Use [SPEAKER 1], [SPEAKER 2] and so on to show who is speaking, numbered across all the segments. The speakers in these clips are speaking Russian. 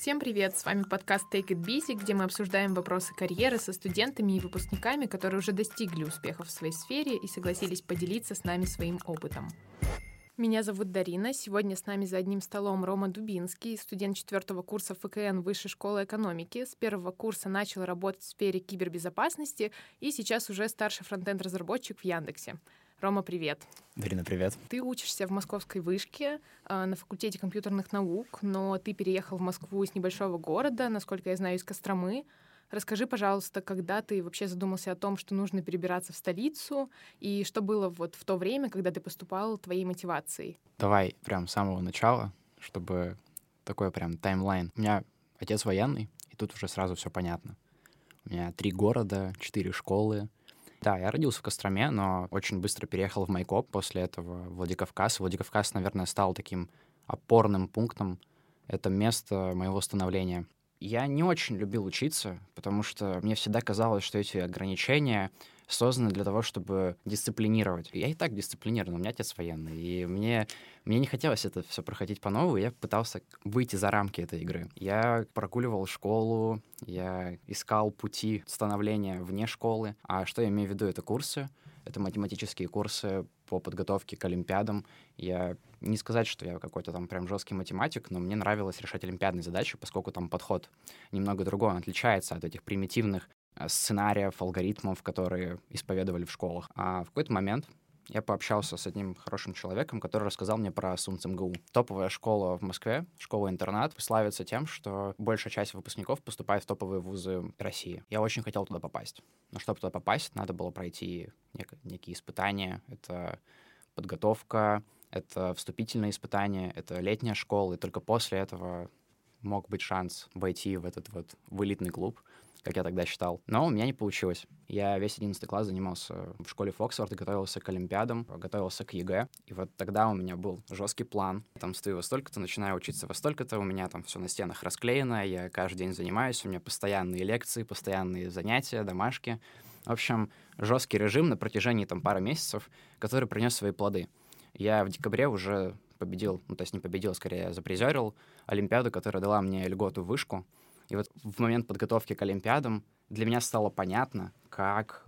[SPEAKER 1] Всем привет! С вами подкаст Take It Busy, где мы обсуждаем вопросы карьеры со студентами и выпускниками, которые уже достигли успехов в своей сфере и согласились поделиться с нами своим опытом. Меня зовут Дарина. Сегодня с нами за одним столом Рома Дубинский, студент 4-го курса ФКН Высшей школы экономики. С 1-го курса начал работать в сфере кибербезопасности и сейчас уже старший фронтенд-разработчик в Яндексе. Рома, привет.
[SPEAKER 2] Дарина, привет.
[SPEAKER 1] Ты учишься в Московской вышке на факультете компьютерных наук, но ты переехал в Москву из небольшого города, насколько я знаю, из Костромы. Расскажи, пожалуйста, когда ты вообще задумался о том, что нужно перебираться в столицу, и что было вот в то время, когда ты поступал, твоей мотивацией?
[SPEAKER 2] Давай прям с самого начала, чтобы такой прям таймлайн. У меня отец военный, и тут уже сразу все понятно. У меня 3 города, 4 школы. Да, я родился в Костроме, но очень быстро переехал в Майкоп, после этого в Владикавказ. Владикавказ, наверное, стал таким опорным пунктом. Это место моего становления. Я не очень любил учиться, потому что мне всегда казалось, что эти ограничения созданы для того, чтобы дисциплинировать. Я и так дисциплинирован, у меня отец военный, и мне не хотелось это все проходить по новой, я пытался выйти за рамки этой игры. Я прогуливал школу, я искал пути становления вне школы. А что я имею в виду? Это курсы, это математические курсы по подготовке к олимпиадам. Я не сказать, что я какой-то там прям жесткий математик, но мне нравилось решать олимпиадные задачи, поскольку там подход немного другой, он отличается от этих примитивных сценариев, алгоритмов, которые исповедовали в школах. А в какой-то момент я пообщался с одним хорошим человеком, который рассказал мне про СумЦМГУ. Топовая школа в Москве, школа-интернат, славится тем, что большая часть выпускников поступает в топовые вузы России. Я очень хотел туда попасть. Но чтобы туда попасть, надо было пройти некие испытания. Это подготовка, это вступительные испытания, это летняя школа, и только после этого мог быть шанс войти в этот вот в элитный клуб, как я тогда считал. Но у меня не получилось. Я весь 11 класс занимался в школе Фоксфорд, готовился к олимпиадам, готовился к ЕГЭ. И вот тогда у меня был жесткий план. Там стою во столько-то, начинаю учиться во столько-то, у меня там все на стенах расклеено, я каждый день занимаюсь, у меня постоянные лекции, постоянные занятия, домашки. В общем, жесткий режим на протяжении там пары месяцев, который принес свои плоды. Я в декабре уже победил, ну, то есть не победил, скорее запризерил олимпиаду, которая дала мне льготу в вышку. И вот в момент подготовки к олимпиадам для меня стало понятно, как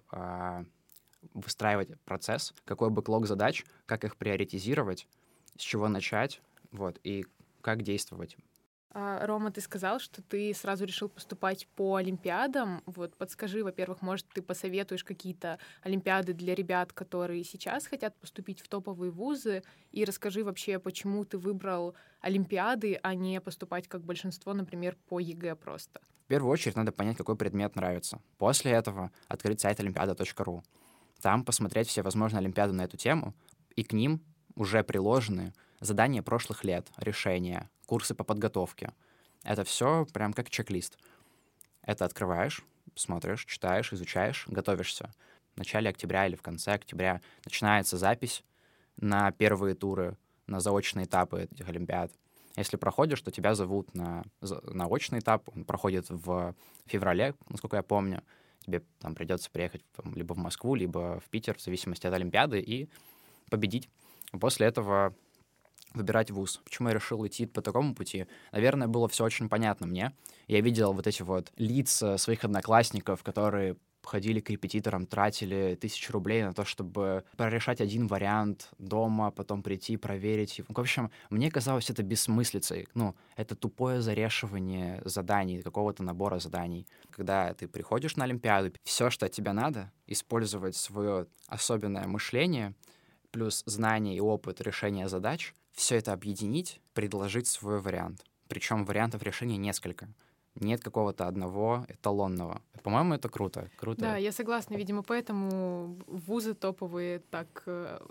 [SPEAKER 2] выстраивать процесс, какой бэклог задач, как их приоритизировать, с чего начать, вот, и как действовать.
[SPEAKER 1] Рома, ты сказал, что ты сразу решил поступать по олимпиадам. Вот подскажи, во-первых, может, ты посоветуешь какие-то олимпиады для ребят, которые сейчас хотят поступить в топовые вузы, и расскажи вообще, почему ты выбрал олимпиады, а не поступать, как большинство, например, по ЕГЭ просто.
[SPEAKER 2] В первую очередь надо понять, какой предмет нравится. После этого открыть сайт олимпиада.ру. Там посмотреть все возможные олимпиады на эту тему, и к ним уже приложены задания прошлых лет, решения, курсы по подготовке. Это все прям как чек-лист. Это открываешь, смотришь, читаешь, изучаешь, готовишься. В начале октября или в конце октября начинается запись на первые туры, на заочные этапы этих олимпиад. Если проходишь, то тебя зовут на очный этап. Он проходит в феврале, насколько я помню. Тебе там придется приехать либо в Москву, либо в Питер, в зависимости от олимпиады, и победить. После этого выбирать вуз. Почему я решил идти по такому пути? Наверное, было все очень понятно мне. Я видел вот эти вот лица своих одноклассников, которые ходили к репетиторам, тратили 1000 рублей на то, чтобы прорешать один вариант дома, потом прийти, проверить. В общем, мне казалось это бессмыслицей. Ну, это тупое зарешивание заданий, какого-то набора заданий. Когда ты приходишь на олимпиаду, все, что от тебя надо, использовать свое особенное мышление, плюс знания и опыт решения задач, все это объединить, предложить свой вариант. Причем вариантов решения несколько. Нет какого-то одного эталонного. По-моему, это круто.
[SPEAKER 1] Да, я согласна. Видимо, поэтому вузы топовые так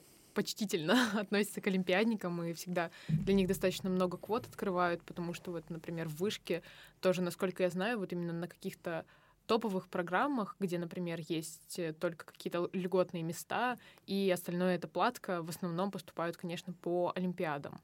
[SPEAKER 1] почтительно относятся к олимпиадникам, и всегда для них достаточно много квот открывают, потому что вот, например, в вышке тоже, насколько я знаю, вот именно на каких-то топовых программах, где, например, есть только какие-то льготные места, и остальное это платка, в основном поступают, конечно, по олимпиадам.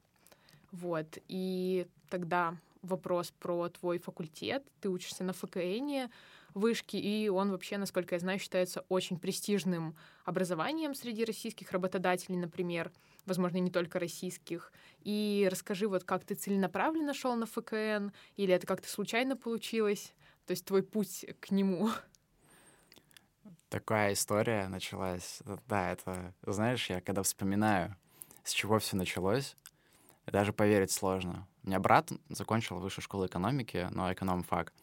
[SPEAKER 1] Вот. И тогда вопрос про твой факультет. Ты учишься на ФКНе, вышки, и он вообще, насколько я знаю, считается очень престижным образованием среди российских работодателей, например. возможно, не только российских. И расскажи, вот как ты целенаправленно шел на ФКН, или это как-то случайно получилось? То есть твой путь к нему.
[SPEAKER 2] Такая история началась. Да, это, знаешь, я когда вспоминаю, с чего все началось, даже поверить сложно. У меня брат закончил высшую школу экономики, но экономфак.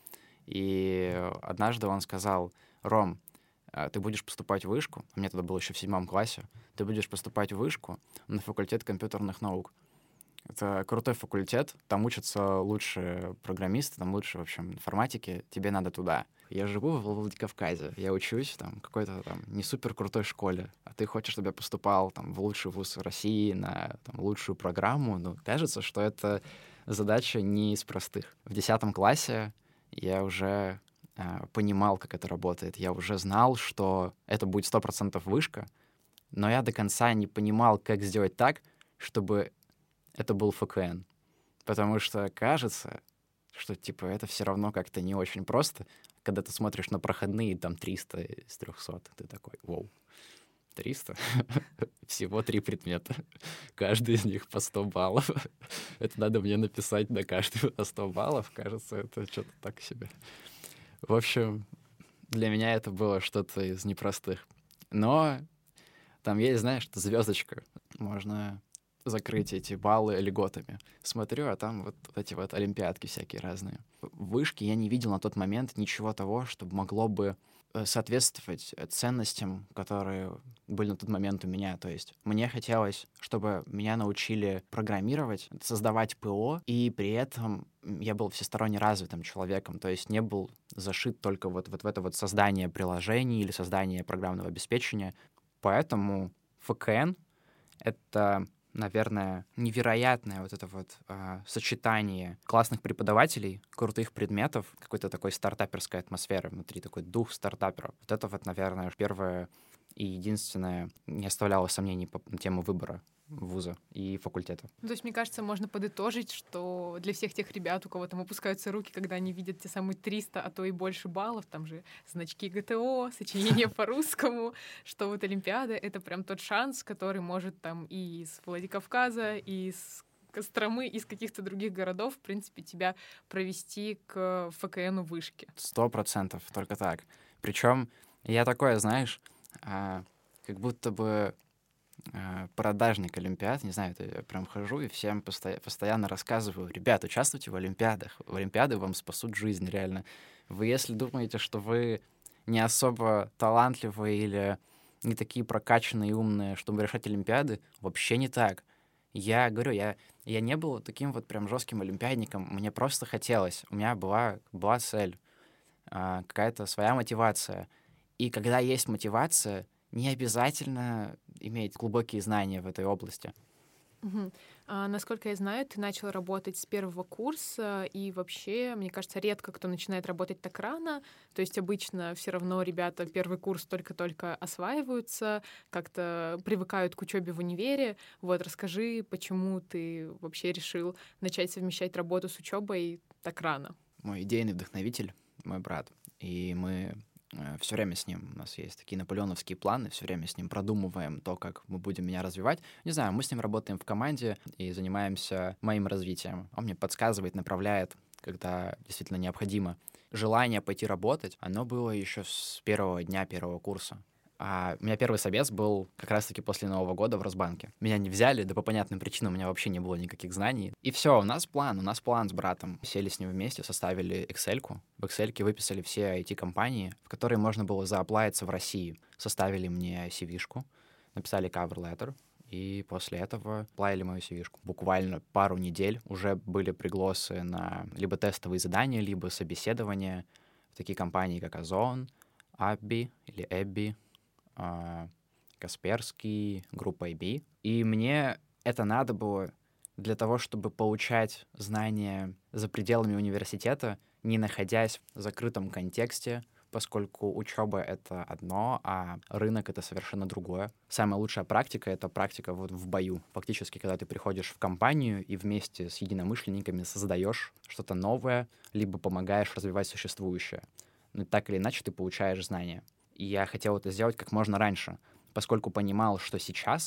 [SPEAKER 2] И однажды он сказал: «Ром, ты будешь поступать в вышку», а мне тогда было еще в 7 классе, «ты будешь поступать в вышку на факультет компьютерных наук. Это крутой факультет, там учатся лучшие программисты, там лучше, в общем, информатики, тебе надо туда». Я живу в Владикавказе, я учусь там в какой-то там не супер крутой школе, а ты хочешь, чтобы я поступал там в лучший вуз России на там лучшую программу? Ну, кажется, что это задача не из простых. В 10 классе я уже понимал, как это работает. Я уже знал, что это будет 100% вышка, но я до конца не понимал, как сделать так, чтобы это был ФКН. Потому что кажется, что, типа, это все равно как-то не очень просто. Когда ты смотришь на проходные, там 300 из 300, ты такой: «Воу, 300? Всего 3 предмета. Каждый из них по 100 баллов. Это надо мне написать на каждый по 100 баллов. Кажется, это что-то так себе». В общем, для меня это было что-то из непростых. Но там есть, знаешь, звездочка. Можно закрыть эти баллы льготами. Смотрю, а там вот эти вот олимпиадки всякие разные. В вышке я не видел на тот момент ничего того, что могло бы соответствовать ценностям, которые были на тот момент у меня. То есть мне хотелось, чтобы меня научили программировать, создавать ПО, и при этом я был всесторонне развитым человеком. То есть не был зашит только вот в это вот создание приложений или создание программного обеспечения. Поэтому ФКН — это, наверное, невероятное вот это вот сочетание классных преподавателей, крутых предметов, какой-то такой стартаперской атмосферы внутри, такой дух стартапера. Вот это вот, наверное, первое и единственное не оставляло сомнений на тему выбора вуза и факультета.
[SPEAKER 1] Ну, то есть, мне кажется, можно подытожить, что для всех тех ребят, у кого там опускаются руки, когда они видят те самые 300, а то и больше баллов, там же значки ГТО, сочинения по-русскому, что вот Олимпиада — это прям тот шанс, который может там и из Владикавказа, и из Костромы, из каких-то других городов, в принципе, тебя провести к ФКНу вышки.
[SPEAKER 2] 100%, только так. Причем я такое, знаешь, как будто бы продажник олимпиад, не знаю, я прям хожу и всем постоянно рассказываю: ребят, участвуйте в олимпиадах, в олимпиады вам спасут жизнь, реально. Вы, если думаете, что вы не особо талантливые или не такие прокачанные и умные, чтобы решать олимпиады, вообще не так. Я говорю, я не был таким вот прям жестким олимпиадником, мне просто хотелось, у меня была цель, какая-то своя мотивация. И когда есть мотивация, не обязательно иметь глубокие знания в этой области.
[SPEAKER 1] Мгм. Насколько я знаю, ты начал работать с первого курса, и вообще, мне кажется, редко кто начинает работать так рано. То есть обычно все равно ребята первый курс только-только осваиваются, как-то привыкают к учебе в универе. Вот, расскажи, почему ты вообще решил начать совмещать работу с учебой так рано?
[SPEAKER 2] Мой идейный вдохновитель, мой брат, и мы все время с ним, у нас есть такие наполеоновские планы, все время с ним продумываем то, как мы будем меня развивать. Не знаю, мы с ним работаем в команде и занимаемся моим развитием. Он мне подсказывает, направляет, когда действительно необходимо. Желание пойти работать, оно было еще с первого дня первого курса. У меня первый собес был как раз-таки после Нового года в Росбанке. Меня не взяли, да по понятным причинам у меня вообще не было никаких знаний. И все, у нас план с братом. Сели с ним вместе, составили Excel-ку. В Excel-ке выписали все IT-компании, в которые можно было зааплавиться в России. Составили мне CV-шку, написали cover letter, и после этого плавили мою CV-шку. Буквально пару недель уже были пригласы на либо тестовые задания, либо собеседования в такие компании, как Озон, Абби или Эбби, Касперский, группа IB. И мне это надо было для того, чтобы получать знания за пределами университета, не находясь в закрытом контексте, поскольку учеба — это одно, а рынок — это совершенно другое. Самая лучшая практика — это практика вот в бою. Фактически, когда ты приходишь в компанию и вместе с единомышленниками создаешь что-то новое, либо помогаешь развивать существующее. Но так или иначе ты получаешь знания. И я хотел это сделать как можно раньше, поскольку понимал, что сейчас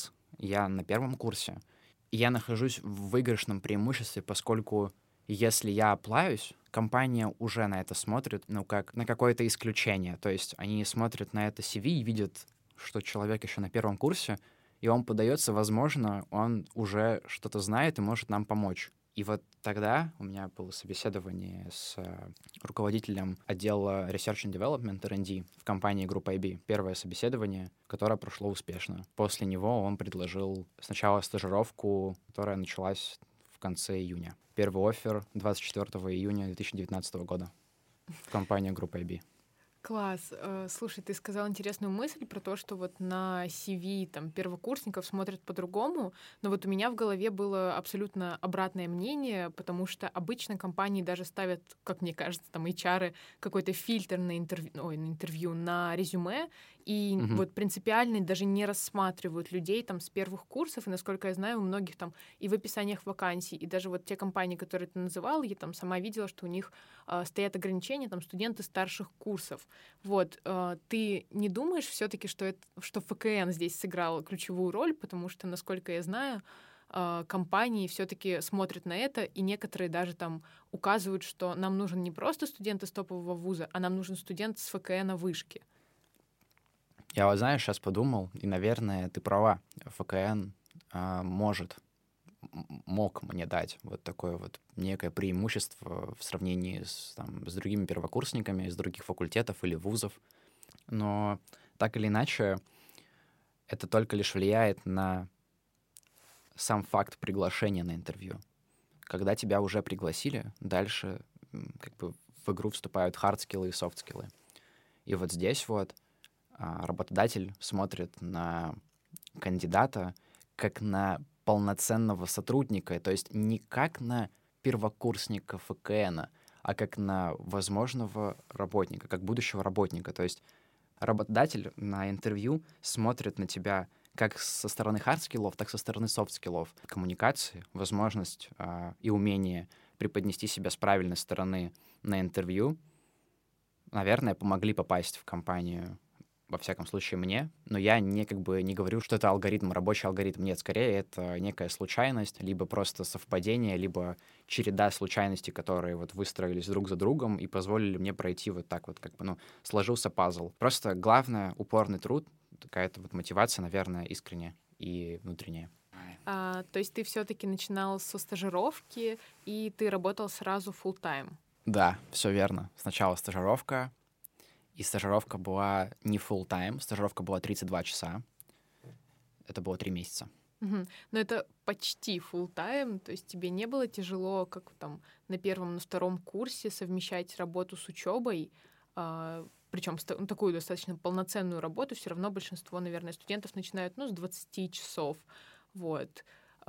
[SPEAKER 2] я на первом курсе, и я нахожусь в выигрышном преимуществе, поскольку если я оплаюсь, компания уже на это смотрит, ну, как на какое-то исключение. То есть они смотрят на это CV и видят, что человек еще на первом курсе, и он подается, возможно, он уже что-то знает и может нам помочь. И вот тогда у меня было собеседование с руководителем отдела Research and Development R&D в компании Group IB. Первое собеседование, которое прошло успешно. После него он предложил сначала стажировку, которая началась в конце июня. Первый оффер 24 июня 2019 года в компании Group IB.
[SPEAKER 1] Класс. Слушай, ты сказал интересную мысль про то, что вот на CV там первокурсников смотрят по-другому, но вот у меня в голове было абсолютно обратное мнение, потому что обычно компании даже ставят, как мне кажется, там HR какой-то фильтр на интервью, на резюме, и вот принципиально даже не рассматривают людей там с первых курсов, и, насколько я знаю, у многих там и в описаниях вакансий, и даже вот те компании, которые ты называл, я там сама видела, что у них стоят ограничения, там студенты старших курсов. Вот, ты не думаешь все-таки, что ФКН здесь сыграл ключевую роль, потому что, насколько я знаю, компании все-таки смотрят на это, и некоторые даже там указывают, что нам нужен не просто студент из топового вуза, а нам нужен студент с ФКН вышки.
[SPEAKER 2] Я вот, знаешь, сейчас подумал, и, наверное, ты права. ФКН мог мне дать вот такое вот некое преимущество в сравнении с другими первокурсниками из других факультетов или вузов. Но так или иначе, это только лишь влияет на сам факт приглашения на интервью. Когда тебя уже пригласили, дальше как бы в игру вступают хардскиллы и софтскиллы. И вот здесь вот работодатель смотрит на кандидата как на полноценного сотрудника, то есть не как на первокурсника ФКН, а как на возможного работника, как будущего работника. То есть работодатель на интервью смотрит на тебя как со стороны хард-скиллов, так и со стороны софт-скиллов. Коммуникации, возможность и умение преподнести себя с правильной стороны на интервью, наверное, помогли попасть в компанию, во всяком случае мне, но я не говорю, что это алгоритм, рабочий алгоритм. Нет, скорее это некая случайность, либо просто совпадение, либо череда случайностей, которые вот выстроились друг за другом и позволили мне пройти вот так вот, сложился пазл. Просто главное — упорный труд, какая-то вот мотивация, наверное, искренняя и внутренняя.
[SPEAKER 1] То есть ты все-таки начинал со стажировки, и ты работал сразу full-time?
[SPEAKER 2] Да, все верно. Сначала стажировка, и стажировка была не full-time, стажировка была 32 часа. Это было 3 месяца.
[SPEAKER 1] Угу. Но это почти full-time, то есть тебе не было тяжело, как там на первом, на втором курсе совмещать работу с учебой, причем такую достаточно полноценную работу, все равно большинство, наверное, студентов начинают с 20 часов. Вот.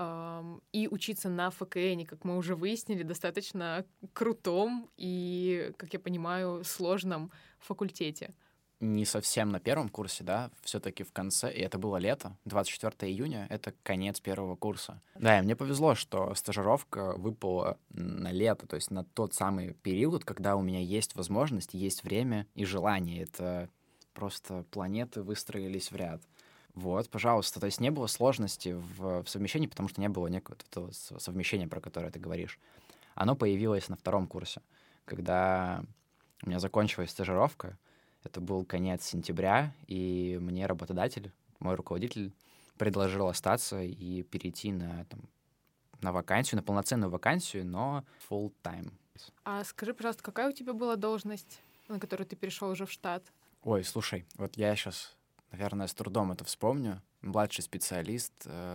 [SPEAKER 1] И учиться на ФКН, как мы уже выяснили, достаточно крутом и, как я понимаю, сложном факультете.
[SPEAKER 2] Не совсем на первом курсе, да, все-таки в конце, и это было лето, 24 июня, это конец первого курса. Да, и мне повезло, что стажировка выпала на лето, то есть на тот самый период, когда у меня есть возможность, есть время и желание. Это просто планеты выстроились в ряд. Вот, пожалуйста. То есть не было сложности в совмещении, потому что не было некого этого совмещения, про которое ты говоришь. Оно появилось на втором курсе, когда у меня закончилась стажировка. Это был конец сентября, и мне работодатель, мой руководитель, предложил остаться и перейти на вакансию, на полноценную вакансию, но full-time.
[SPEAKER 1] А скажи, пожалуйста, какая у тебя была должность, на которую ты перешел уже в штат?
[SPEAKER 2] Ой, слушай, вот я сейчас, наверное, с трудом это вспомню. Младший специалист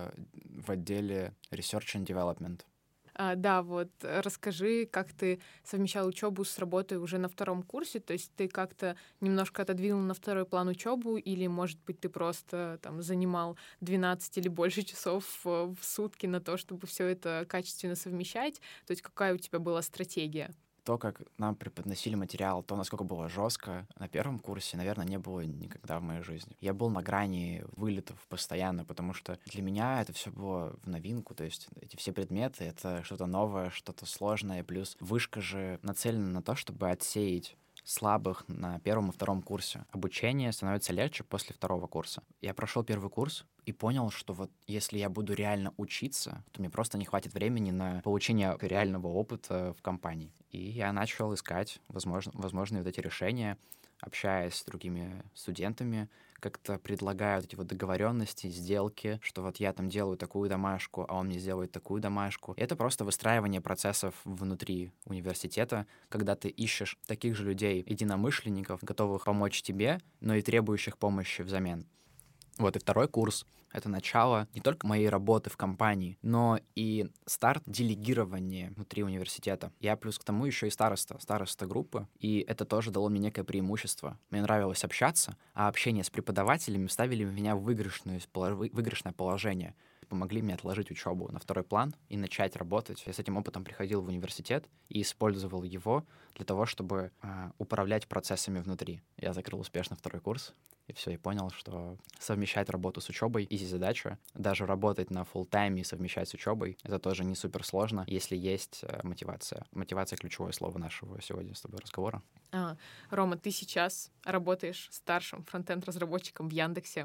[SPEAKER 2] в отделе Research and Development.
[SPEAKER 1] Да, вот расскажи, как ты совмещал учебу с работой уже на втором курсе, то есть ты как-то немножко отодвинул на второй план учебу, или, может быть, ты просто там занимал 12 или больше часов в сутки на то, чтобы все это качественно совмещать, то есть какая у тебя была стратегия?
[SPEAKER 2] То, как нам преподносили материал, то, насколько было жестко на первом курсе, наверное, не было никогда в моей жизни. Я был на грани вылетов постоянно, потому что для меня это все было в новинку, то есть эти все предметы — это что-то новое, что-то сложное, плюс вышка же нацелена на то, чтобы отсеять слабых на первом и втором курсе. Обучение становится легче после второго курса. Я прошел первый курс, и понял, что вот если я буду реально учиться, то мне просто не хватит времени на получение реального опыта в компании. И я начал искать возможные вот эти решения, общаясь с другими студентами, как-то предлагаю вот эти вот договоренности, сделки, что вот я там делаю такую домашку, а он мне сделает такую домашку. Это просто выстраивание процессов внутри университета, когда ты ищешь таких же людей, единомышленников, готовых помочь тебе, но и требующих помощи взамен. Вот и второй курс — это начало не только моей работы в компании, но и старт делегирования внутри университета. Я плюс к тому еще и староста группы, и это тоже дало мне некое преимущество. Мне нравилось общаться, а общение с преподавателями ставили меня в выигрышное положение. Помогли мне отложить учебу на второй план и начать работать. Я с этим опытом приходил в университет и использовал его для того, чтобы управлять процессами внутри. Я закрыл успешно второй курс, и все, и понял, что совмещать работу с учебой — изи задача. Даже работать на фулл-тайме и совмещать с учебой — это тоже не супер сложно, если есть мотивация. Мотивация — ключевое слово нашего сегодня с тобой разговора.
[SPEAKER 1] Рома, ты сейчас работаешь старшим фронтенд-разработчиком в Яндексе.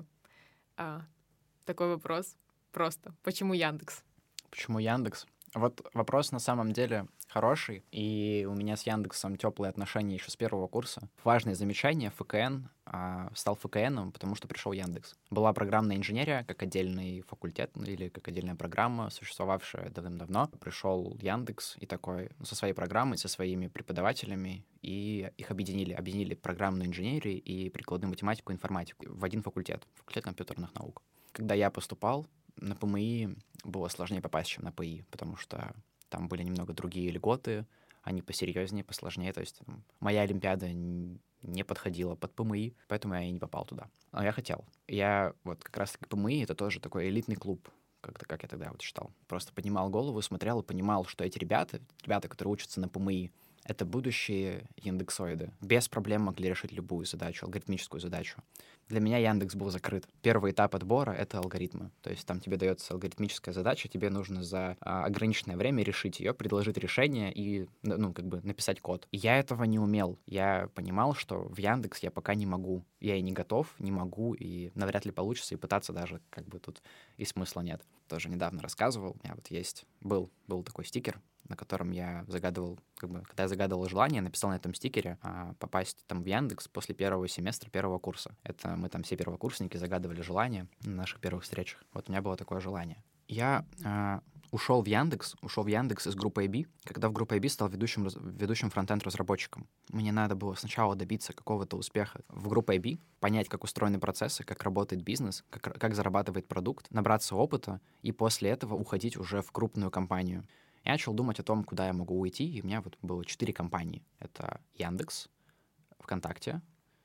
[SPEAKER 1] Такой вопрос. Просто. Почему Яндекс?
[SPEAKER 2] Почему Яндекс? Вот вопрос на самом деле хороший, и у меня с Яндексом теплые отношения еще с первого курса. Важное замечание: ФКН стал ФКНом, потому что пришел Яндекс. Была программная инженерия как отдельный факультет или как отдельная программа, существовавшая давным-давно. Пришел Яндекс и такой со своей программой, со своими преподавателями, и их объединили программную инженерию и прикладную математику, информатику в один факультет компьютерных наук. Когда я поступал, на ПМИ было сложнее попасть, чем на ПИ, потому что там были немного другие льготы, они посерьезнее, посложнее. То есть моя олимпиада не подходила под ПМИ, поэтому я и не попал туда. Но я хотел. Я вот как раз-таки ПМИ — это тоже такой элитный клуб, как я тогда вот считал. Просто поднимал голову, смотрел и понимал, что эти ребята, которые учатся на ПМИ, это будущие яндексоиды. Без проблем могли решить любую задачу, алгоритмическую задачу. Для меня Яндекс был закрыт. Первый этап отбора — это алгоритмы. То есть там тебе дается алгоритмическая задача, тебе нужно за ограниченное время решить ее, предложить решение и, написать код. Я этого не умел. Я понимал, что в Яндекс я пока не могу. Я и не готов, не могу, и навряд ли получится, и пытаться даже тут и смысла нет. Тоже недавно рассказывал. У меня вот был такой стикер, на котором я загадывал, когда я загадывал желание, написал на этом стикере попасть там в Яндекс после первого семестра первого курса. Это мы там все первокурсники загадывали желание на наших первых встречах. Вот у меня было такое желание. Я ушел в Яндекс из группы IB, когда в группе IB стал ведущим фронтенд-разработчиком. Мне надо было сначала добиться какого-то успеха в группе IB, понять, как устроены процессы, как работает бизнес, как зарабатывает продукт, набраться опыта и после этого уходить уже в крупную компанию. Я начал думать о том, куда я могу уйти, и у меня вот было 4 компании. Это Яндекс, ВКонтакте,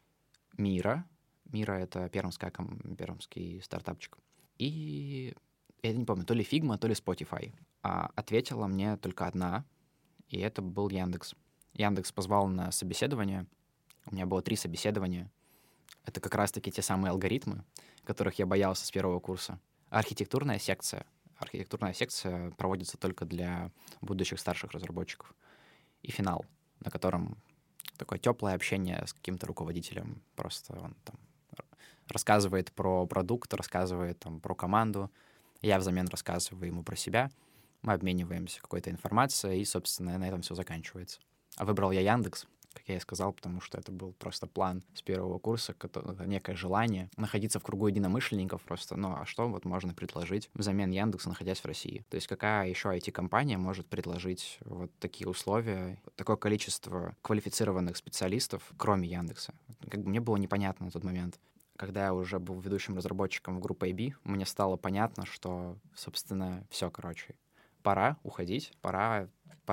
[SPEAKER 2] Мира. Мира — это пермский стартапчик. И я не помню, то ли Figma, то ли Spotify. Ответила мне только одна, и это был Яндекс. Яндекс позвал на собеседование. У меня было 3 собеседования. Это как раз-таки те самые алгоритмы, которых я боялся с первого курса. Архитектурная секция проводится только для будущих старших разработчиков. И финал, на котором такое теплое общение с каким-то руководителем. Просто он там рассказывает про продукт, рассказывает там про команду. Я взамен рассказываю ему про себя. Мы обмениваемся какой-то информацией, и, собственно, на этом все заканчивается. А выбрал я Яндекс, как я и сказал, потому что это был просто план с первого курса, некое желание находиться в кругу единомышленников просто. А что вот можно предложить взамен Яндекса, находясь в России? То есть какая еще IT-компания может предложить вот такие условия, такое количество квалифицированных специалистов, кроме Яндекса? Мне было непонятно на тот момент. Когда я уже был ведущим разработчиком в группе IB, мне стало понятно, что, собственно, все, пора уходить, пора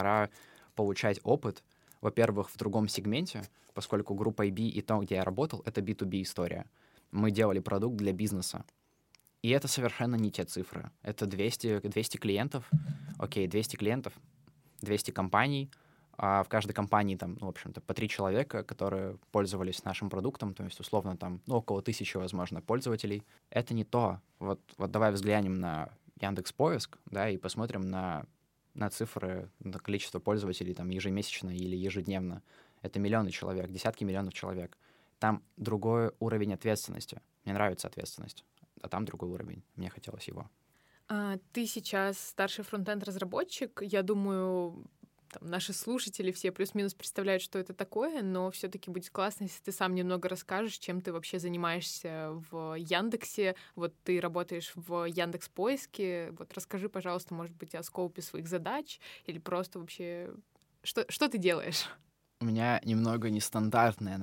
[SPEAKER 2] получать опыт. Во-первых, в другом сегменте, поскольку группа IB и то, где я работал, это B2B история. Мы делали продукт для бизнеса. И это совершенно не те цифры. Это 200 клиентов. Окей, 200 клиентов, 200 компаний. А в каждой компании там, в общем-то, по 3 человека, которые пользовались нашим продуктом, то есть, условно, там, около 1000, возможно, пользователей. Это не то. Вот давай взглянем на Яндекс.Поиск, да, и посмотрим на цифры, на количество пользователей там ежемесячно или ежедневно. Это миллионы человек, десятки миллионов человек. Там другой уровень ответственности. Мне нравится ответственность. а там другой уровень. Мне хотелось его.
[SPEAKER 1] Ты сейчас старший фронтенд-разработчик. Я думаю, там, наши слушатели все плюс-минус представляют, что это такое, но все-таки будет классно, если ты сам немного расскажешь, чем ты вообще занимаешься в Яндексе. Вот ты работаешь в Яндекс.Поиске. Вот расскажи, пожалуйста, может быть, о скоупе своих задач или просто вообще... Что ты делаешь?
[SPEAKER 2] У меня немного нестандартный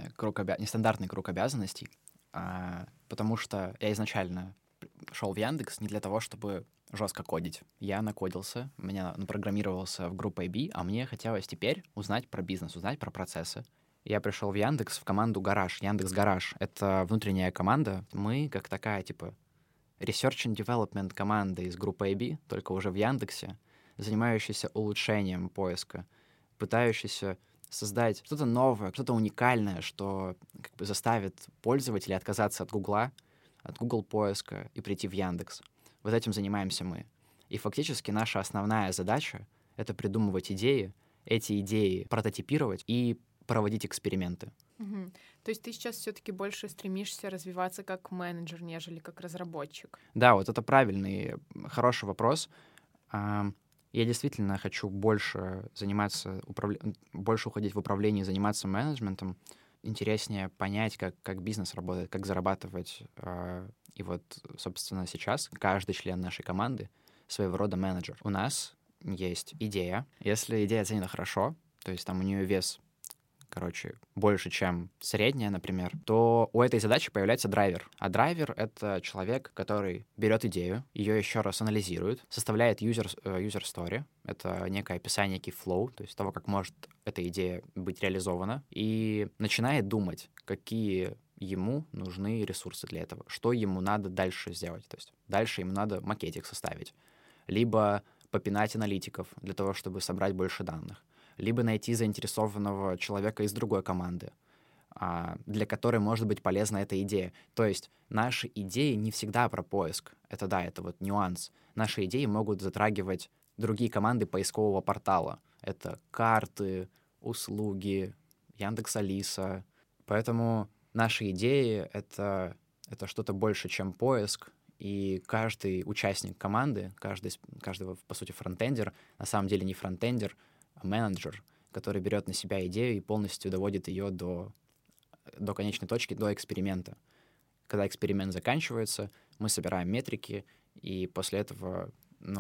[SPEAKER 2] круг обязанностей, потому что я изначально шел в Яндекс не для того, чтобы жестко кодить. Я накодился, меня напрограммировался в группу IB, а мне хотелось теперь узнать про бизнес, узнать про процессы. Я пришел в Яндекс, в команду Гараж. Яндекс Гараж — это внутренняя команда. Мы как такая, типа, Research and Development команда из группы IB, только уже в Яндексе, занимающаяся улучшением поиска, пытающаяся создать что-то новое, что-то уникальное, что как бы заставит пользователя отказаться от Гугла, от Google поиска и прийти в Яндекс. Вот этим занимаемся мы. И фактически наша основная задача — это придумывать идеи, эти идеи прототипировать и проводить эксперименты.
[SPEAKER 1] Мгм. То есть ты сейчас все-таки больше стремишься развиваться как менеджер, нежели как разработчик?
[SPEAKER 2] Да, вот это правильный, хороший вопрос. Я действительно хочу больше больше уходить в управление, заниматься менеджментом. Интереснее понять, как бизнес работает, как зарабатывать. И вот, собственно, сейчас каждый член нашей команды своего рода менеджер. У нас есть идея. Если идея оценена хорошо, то есть там у нее вес, больше, чем средняя, например, то у этой задачи появляется драйвер. А драйвер — это человек, который берет идею, ее еще раз анализирует, составляет user story, это некое описание, некий flow, то есть того, как может эта идея быть реализована, и начинает думать, какие ему нужны ресурсы для этого, что ему надо дальше сделать. То есть дальше ему надо макетик составить, либо попинать аналитиков для того, чтобы собрать больше данных, либо найти заинтересованного человека из другой команды, для которой может быть полезна эта идея. То есть наши идеи не всегда про поиск. Это вот нюанс. Наши идеи могут затрагивать другие команды поискового портала. Это карты, услуги, Яндекс.Алиса. Поэтому наши идеи — это что-то больше, чем поиск. И каждый участник команды, каждый, по сути, фронтендер, на самом деле не фронтендер, менеджер, который берет на себя идею и полностью доводит ее до конечной точки, до эксперимента. Когда эксперимент заканчивается, мы собираем метрики, и после этого,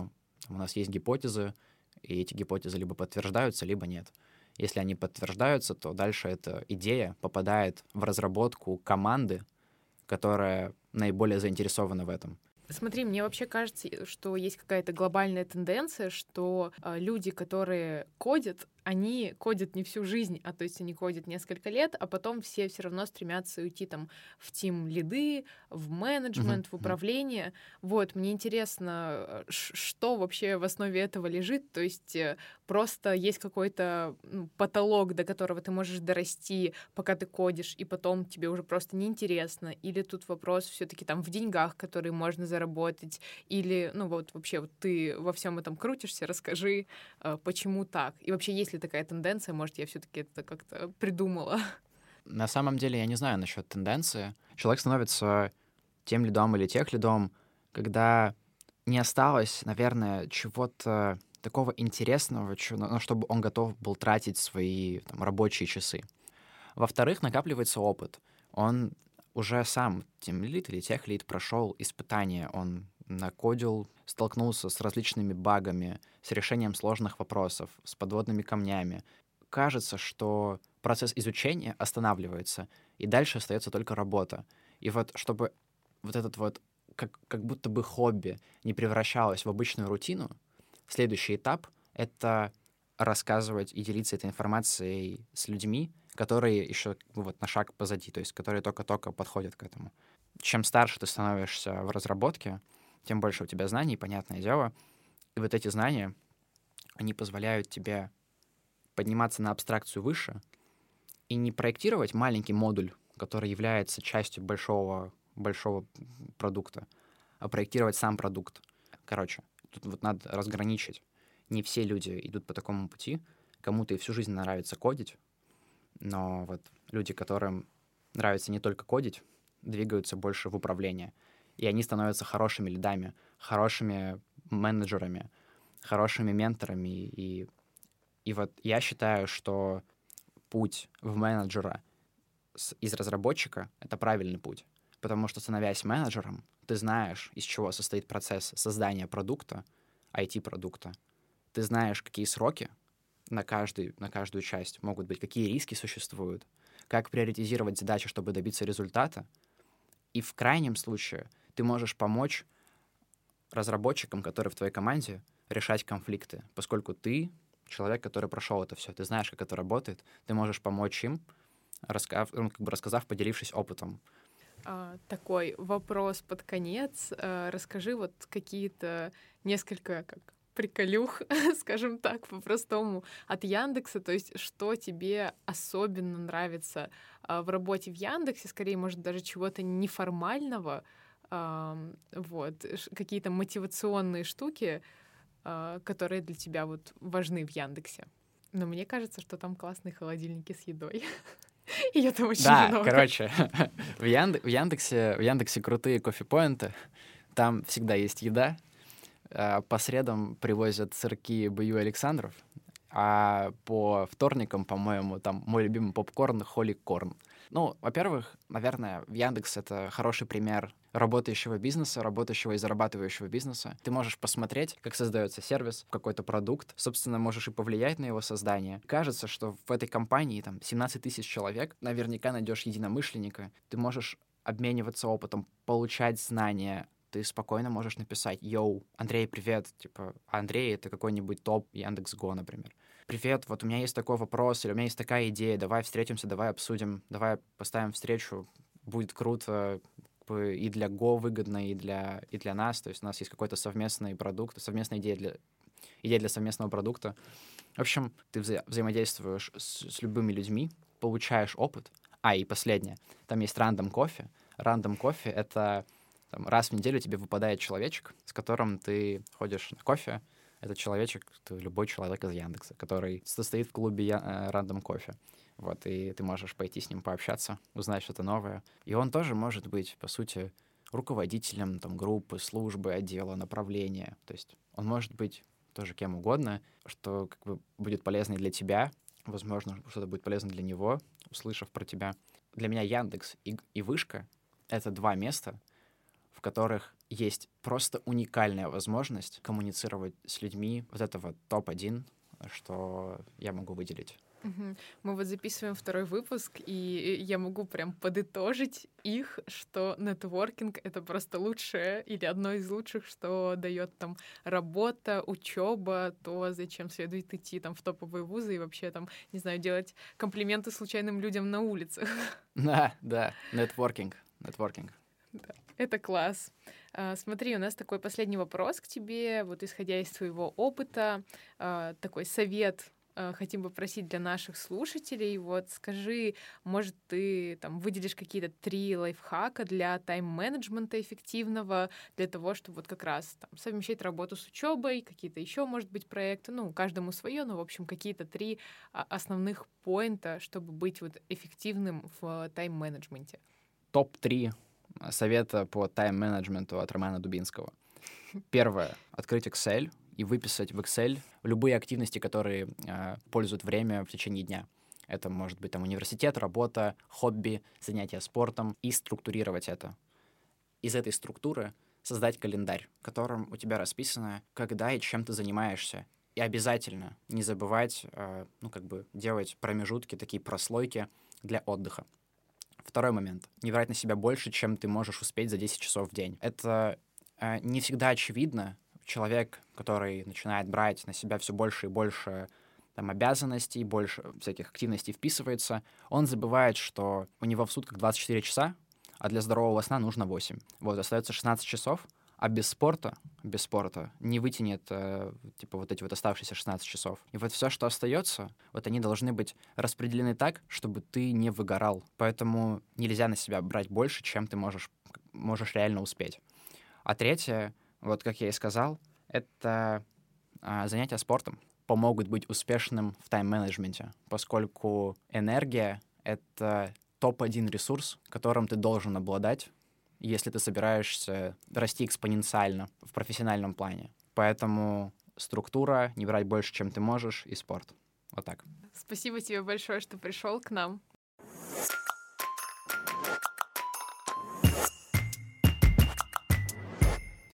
[SPEAKER 2] у нас есть гипотезы, и эти гипотезы либо подтверждаются, либо нет. Если они подтверждаются, то дальше эта идея попадает в разработку команды, которая наиболее заинтересована в этом.
[SPEAKER 1] Смотри, мне вообще кажется, что есть какая-то глобальная тенденция, что люди, которые кодят, они кодят не всю жизнь, то есть они кодят несколько лет, а потом все равно стремятся уйти там в тим-лиды, в менеджмент, в управление. Вот, мне интересно, что вообще в основе этого лежит, то есть просто есть какой-то потолок, до которого ты можешь дорасти, пока ты кодишь, и потом тебе уже просто неинтересно, или тут вопрос все-таки там в деньгах, которые можно заработать, или, вообще вот ты во всем этом крутишься, расскажи, почему так, и вообще есть ли такая тенденция, может, я все-таки это как-то придумала?
[SPEAKER 2] На самом деле я не знаю насчет тенденции. Человек становится тем лидом или тех лидом, когда не осталось, наверное, чего-то такого интересного, чтобы он готов был тратить свои рабочие часы. Во-вторых, накапливается опыт. Он уже сам тимлид или техлид прошел испытания, он накодил, столкнулся с различными багами, с решением сложных вопросов, с подводными камнями. Кажется, что процесс изучения останавливается, и дальше остается только работа. И вот чтобы вот этот вот как будто бы хобби не превращалось в обычную рутину, следующий этап — это рассказывать и делиться этой информацией с людьми, которые еще на шаг позади, то есть которые только-только подходят к этому. Чем старше ты становишься в разработке, тем больше у тебя знаний, понятное дело. И вот эти знания, они позволяют тебе подниматься на абстракцию выше и не проектировать маленький модуль, который является частью большого продукта, а проектировать сам продукт. Короче, тут вот надо разграничить. Не все люди идут по такому пути. Кому-то и всю жизнь нравится кодить, но вот люди, которым нравится не только кодить, двигаются больше в управление. и они становятся хорошими лидами, хорошими менеджерами, хорошими менторами. И вот я считаю, что путь в менеджера из разработчика — это правильный путь, потому что, становясь менеджером, ты знаешь, из чего состоит процесс создания продукта, IT-продукта. Ты знаешь, какие сроки на каждую часть могут быть, какие риски существуют, как приоритизировать задачи, чтобы добиться результата. И в крайнем случае ты можешь помочь разработчикам, которые в твоей команде, решать конфликты, поскольку ты человек, который прошел это все, ты знаешь, как это работает, ты можешь помочь им, рассказав, поделившись опытом.
[SPEAKER 1] Такой вопрос под конец. Расскажи вот какие-то несколько приколюх, скажем так, по-простому, от Яндекса. То есть что тебе особенно нравится в работе в Яндексе, скорее, может, даже чего-то неформального, вот, какие-то мотивационные штуки, которые для тебя вот важны в Яндексе. Но мне кажется, что там классные холодильники с едой. Ее там очень
[SPEAKER 2] Да,
[SPEAKER 1] много.
[SPEAKER 2] короче, в Яндексе крутые кофе-поинты, там всегда есть еда. По средам привозят сырки Б.Ю. Александров, а по вторникам, по-моему, там мой любимый попкорн Холли Корн. Ну, во-первых, наверное, Яндекс — это хороший пример работающего бизнеса, работающего и зарабатывающего бизнеса. Ты можешь посмотреть, как создается сервис, какой-то продукт, собственно, можешь и повлиять на его создание. Кажется, что в этой компании там 17 тысяч человек, наверняка найдешь единомышленника, ты можешь обмениваться опытом, получать знания. Ты спокойно можешь написать: «Йоу, Андрей, привет!» Типа, Андрей — это какой-нибудь топ Яндекс.Го, например. «Привет, вот у меня есть такой вопрос, или у меня есть такая идея, давай встретимся, давай обсудим, давай поставим встречу, будет круто, и для Go выгодно, и для нас». То есть у нас есть какой-то совместный продукт, совместная идея для совместного продукта. В общем, ты взаимодействуешь с любыми людьми, получаешь опыт. И последнее. Там есть рандом кофе. Рандом кофе — это раз в неделю тебе выпадает человечек, с которым ты ходишь на кофе. Этот человечек — это любой человек из Яндекса, который состоит в клубе рандом кофе. Вот, и ты можешь пойти с ним пообщаться, узнать что-то новое. И он тоже может быть, по сути, руководителем там группы, службы, отдела, направления. То есть он может быть тоже кем угодно, что как бы будет полезно и для тебя, возможно, что-то будет полезно для него, услышав про тебя. Для меня Яндекс и Вышка — это два места, в которых есть просто уникальная возможность коммуницировать с людьми. Вот это вот топ-1, что я могу выделить.
[SPEAKER 1] Мы вот записываем второй выпуск, и я могу прям подытожить их, что нетворкинг — это просто лучшее или одно из лучших, что дает там работа, учеба, то, зачем следует идти там в топовые вузы и вообще там, не знаю, делать комплименты случайным людям на улицах.
[SPEAKER 2] Да, нетворкинг.
[SPEAKER 1] Да, это класс. Смотри, у нас такой последний вопрос к тебе, вот исходя из твоего опыта, такой совет хотим попросить для наших слушателей. Вот скажи, может, ты там выделишь какие-то 3 лайфхака для тайм-менеджмента эффективного, для того, чтобы вот как раз там совмещать работу с учебой, какие-то еще, может быть, проекты, ну, каждому свое, но, в общем, какие-то 3 основных поинта, чтобы быть вот эффективным в тайм-менеджменте.
[SPEAKER 2] Топ-3 совета по тайм-менеджменту от Романа Дубинского. Первое — открыть Excel и выписать в Excel любые активности, которые пользуют время в течение дня. Это может быть там университет, работа, хобби, занятия спортом, и структурировать это. Из этой структуры создать календарь, в котором у тебя расписано, когда и чем ты занимаешься. И обязательно не забывать, делать промежутки, такие прослойки для отдыха. Второй момент. Не брать на себя больше, чем ты можешь успеть за 10 часов в день. Это не всегда очевидно. Человек, который начинает брать на себя все больше и больше там обязанностей, больше всяких активностей вписывается, он забывает, что у него в сутках 24 часа, а для здорового сна нужно 8. Вот, остается 16 часов, а без спорта не вытянет вот эти вот оставшиеся 16 часов. И вот все, что остается, вот они должны быть распределены так, чтобы ты не выгорал. Поэтому нельзя на себя брать больше, чем ты можешь реально успеть. А третье, вот как я и сказал, это занятия спортом помогут быть успешным в тайм-менеджменте, поскольку энергия — это топ-1 ресурс, которым ты должен обладать если ты собираешься расти экспоненциально в профессиональном плане. Поэтому структура, не брать больше, чем ты можешь, и спорт. Вот так.
[SPEAKER 1] Спасибо тебе большое, что пришел к нам.